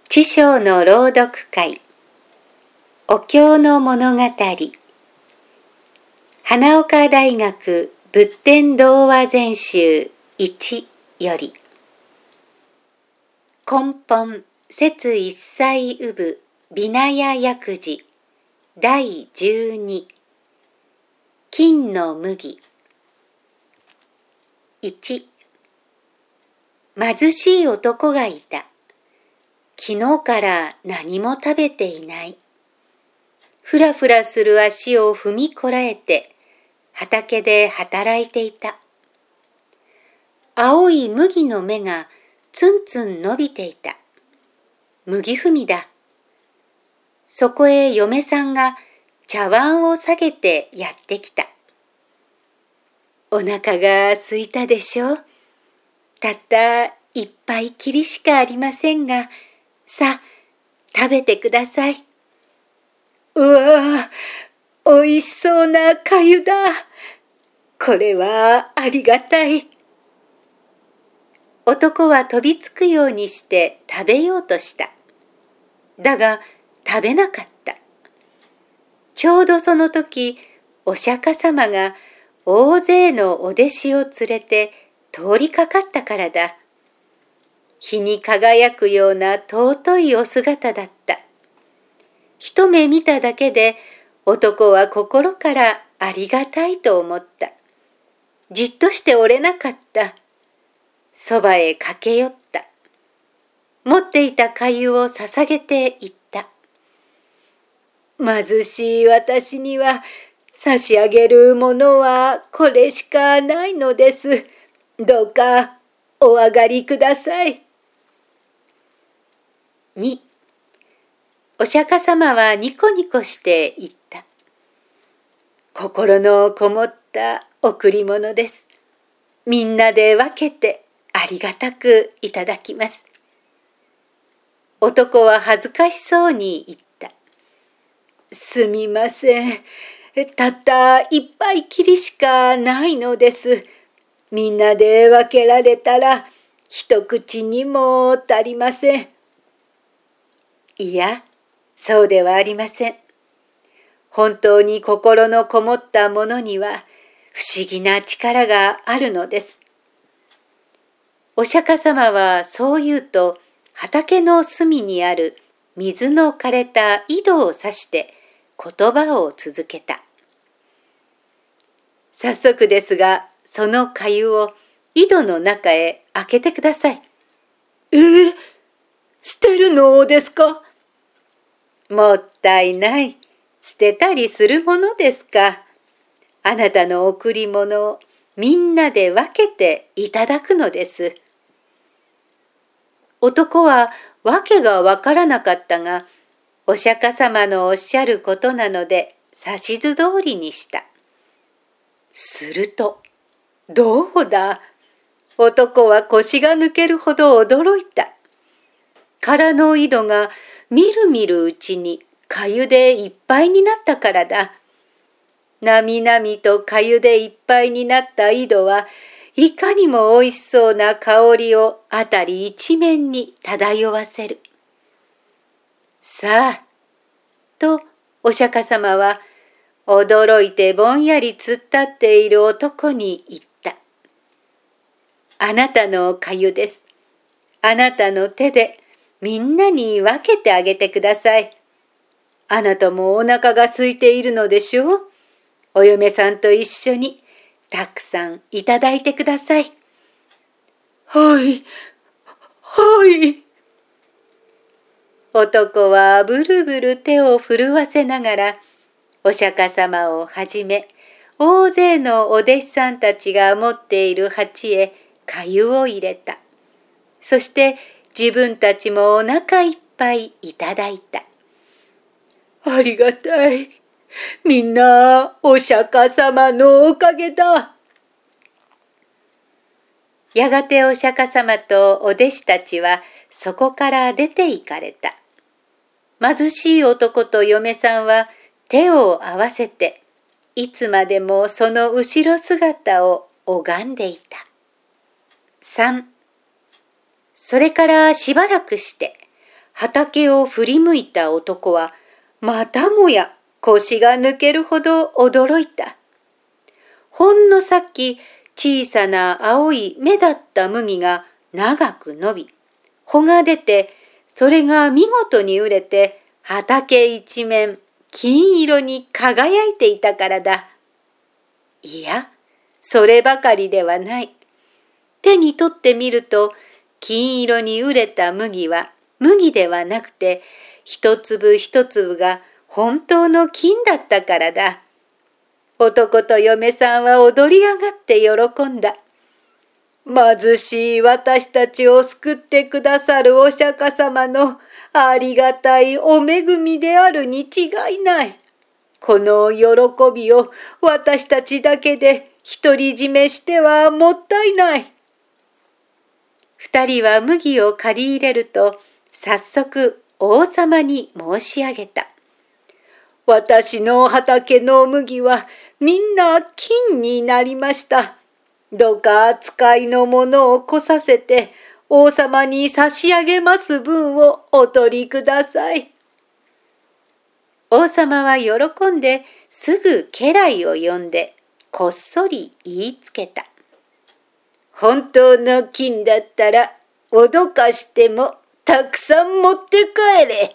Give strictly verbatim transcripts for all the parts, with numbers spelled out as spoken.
知章の朗読会、お経の物語、花岡大学仏典童話全集いちより、根本節一切有部ビナヤ薬事だいじゅうに、金の麦。いち、貧しい男がいた。昨日から何も食べていない。ふらふらする足を踏みこらえて畑で働いていた。青い麦の芽がツンツン伸びていた。麦踏みだ。そこへ嫁さんが茶碗を下げてやってきた。お腹が空いたでしょう。たった一杯きりしかありませんが、さあ、食べてください。うわあ、おいしそうな粥だ。これはありがたい。男は飛びつくようにして食べようとした。だが食べなかった。ちょうどその時、お釈迦様が大勢のお弟子を連れて通りかかったからだ。日に輝くような尊いお姿だった。一目見ただけで男は心からありがたいと思った。じっとしておれなかった。そばへ駆け寄った。持っていた粥を捧げていった。貧しい私には差し上げるものはこれしかないのです。どうかお上がりください。に、お釈迦様はニコニコして言った。心のこもった贈り物です。みんなで分けてありがたくいただきます。男は恥ずかしそうに言った。すみません。たった一杯きりしかないのです。みんなで分けられたら一口にも足りません。いや、そうではありません。本当に心のこもったものには不思議な力があるのです。お釈迦様はそう言うと、畑の隅にある水の枯れた井戸を指して言葉を続けた。早速ですが、その粥を井戸の中へ開けてください。えー、捨てるのですか？もったいない。捨てたりするものですか。あなたの贈り物をみんなで分けていただくのです。男は訳がわからなかったが、お釈迦様のおっしゃることなので指図通りにした。すると、どうだ。男は腰が抜けるほど驚いた。空の井戸がみるみるうちに粥でいっぱいになったからだ。なみなみと粥でいっぱいになった井戸はいかにもおいしそうな香りをあたり一面に漂わせる。さあ、とお釈迦様は驚いてぼんやり突っ立っている男に言った。あなたの粥です。あなたの手でみんなに分けてあげてください。あなたもお腹が空いているのでしょう。お嫁さんと一緒にたくさんいただいてください。はい、はい。男はブルブル手を震わせながら、お釈迦様をはじめ、大勢のお弟子さんたちが持っている鉢へ粥を入れた。そして自分たちもお腹いっぱいいただいた。ありがたい。みんなお釈迦様のおかげだ。やがてお釈迦様とお弟子たちはそこから出て行かれた。貧しい男と嫁さんは手を合わせて、いつまでもその後ろ姿を拝んでいた。さん、それからしばらくして、 畑を振り向いた男は、またもや腰が抜けるほど驚いた。ほんのさっき小さな青い芽だった麦が長く伸び、穂が出て、それが見事に熟れて、畑一面金色に輝いていたからだ。いや、そればかりではない。手に取ってみると、金色に熟れた麦は麦ではなくて、一粒一粒が本当の金だったからだ。男と嫁さんは踊り上がって喜んだ。貧しい私たちを救ってくださるお釈迦様のありがたいお恵みであるに違いない。この喜びを私たちだけで独り占めしてはもったいない。二人は麦を借り入れると、早速王様に申し上げた。私の畑の麦はみんな金になりました。どうか使いのものを来させて王様に差し上げます分をお取りください。王様は喜んですぐ家来を呼んでこっそり言いつけた。本当の金だったら脅かしてもたくさん持って帰れ。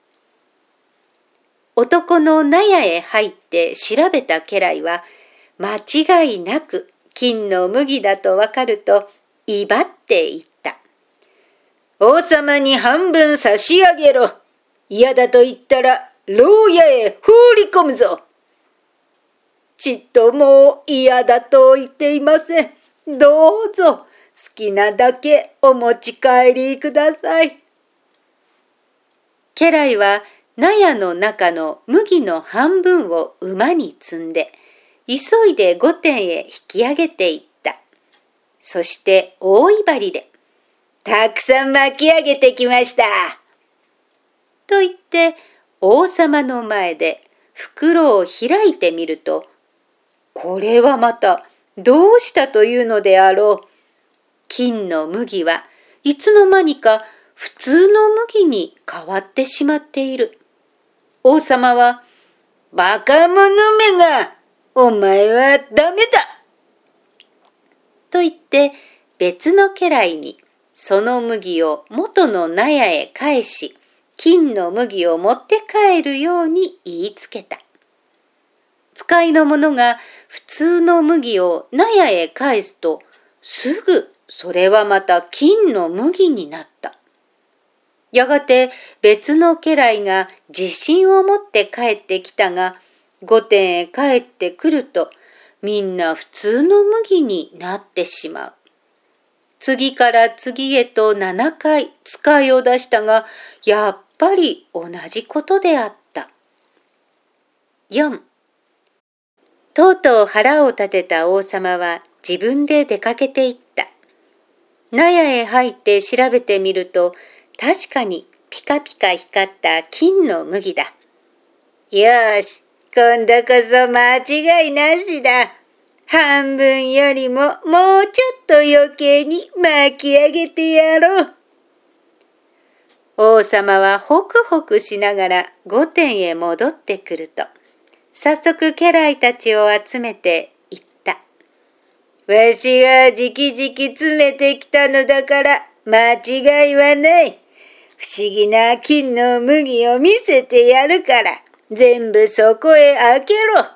男の納屋へ入って調べた家来は間違いなく金の麦だとわかると威張って言った。王様に半分差し上げろ。嫌だと言ったら牢屋へ放り込むぞ。ちっとも嫌だと言っていません。どうぞ好きなだけお持ち帰りください。家来は納屋の中の麦の半分を馬に積んで、急いで御殿へ引き上げていった。そして大威張りで、たくさん巻き上げてきました。と言って、王様の前で袋を開いてみると、これはまたどうしたというのであろう。金の麦はいつの間にか普通の麦に変わってしまっている。王様は、バカ者めが、お前はダメだと言って別の家来にその麦を元の納屋へ返し、金の麦を持って帰るように言いつけた。使いの者が普通の麦を納屋へ返すと、すぐそれはまた金の麦になった。やがて別の家来が自信を持って帰ってきたが、御殿へ帰ってくると、みんな普通の麦になってしまう。次から次へとななかい使いを出したが、やっぱり同じことであった。よん. とうとう腹を立てた王様は自分で出かけていった。納屋へ入って調べてみると、確かにピカピカ光った金の麦だ。よし、今度こそ間違いなしだ。半分よりももうちょっと余計に巻き上げてやろう。王様はホクホクしながら御殿へ戻ってくると、早速家来たちを集めて言った。わしがじきじき詰めてきたのだから間違いはない。不思議な金の麦を見せてやるから、全部そこへ開けろ。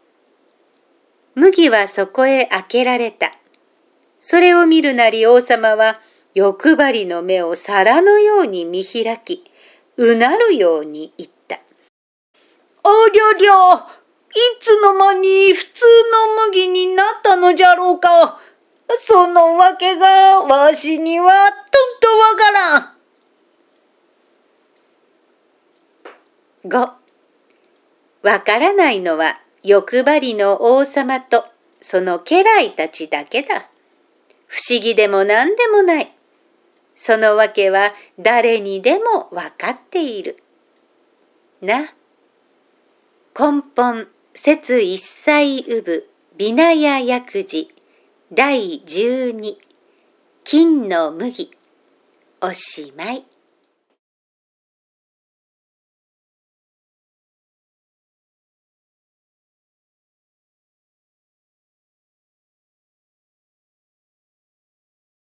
麦はそこへ開けられた。それを見るなり王様は欲張りの目を皿のように見開き、うなるように言った。ありゃりゃ、いつの間に普通の麦になったのじゃろうか。そのわけがわしにはとんとわからん。ご. わからないのは欲張りの王様とその家来たちだけだ。不思議でも何でもない。そのわけは誰にでもわかっている。な。根本節一切有部ビナヤ薬事だいじゅうに金の麦おしまい。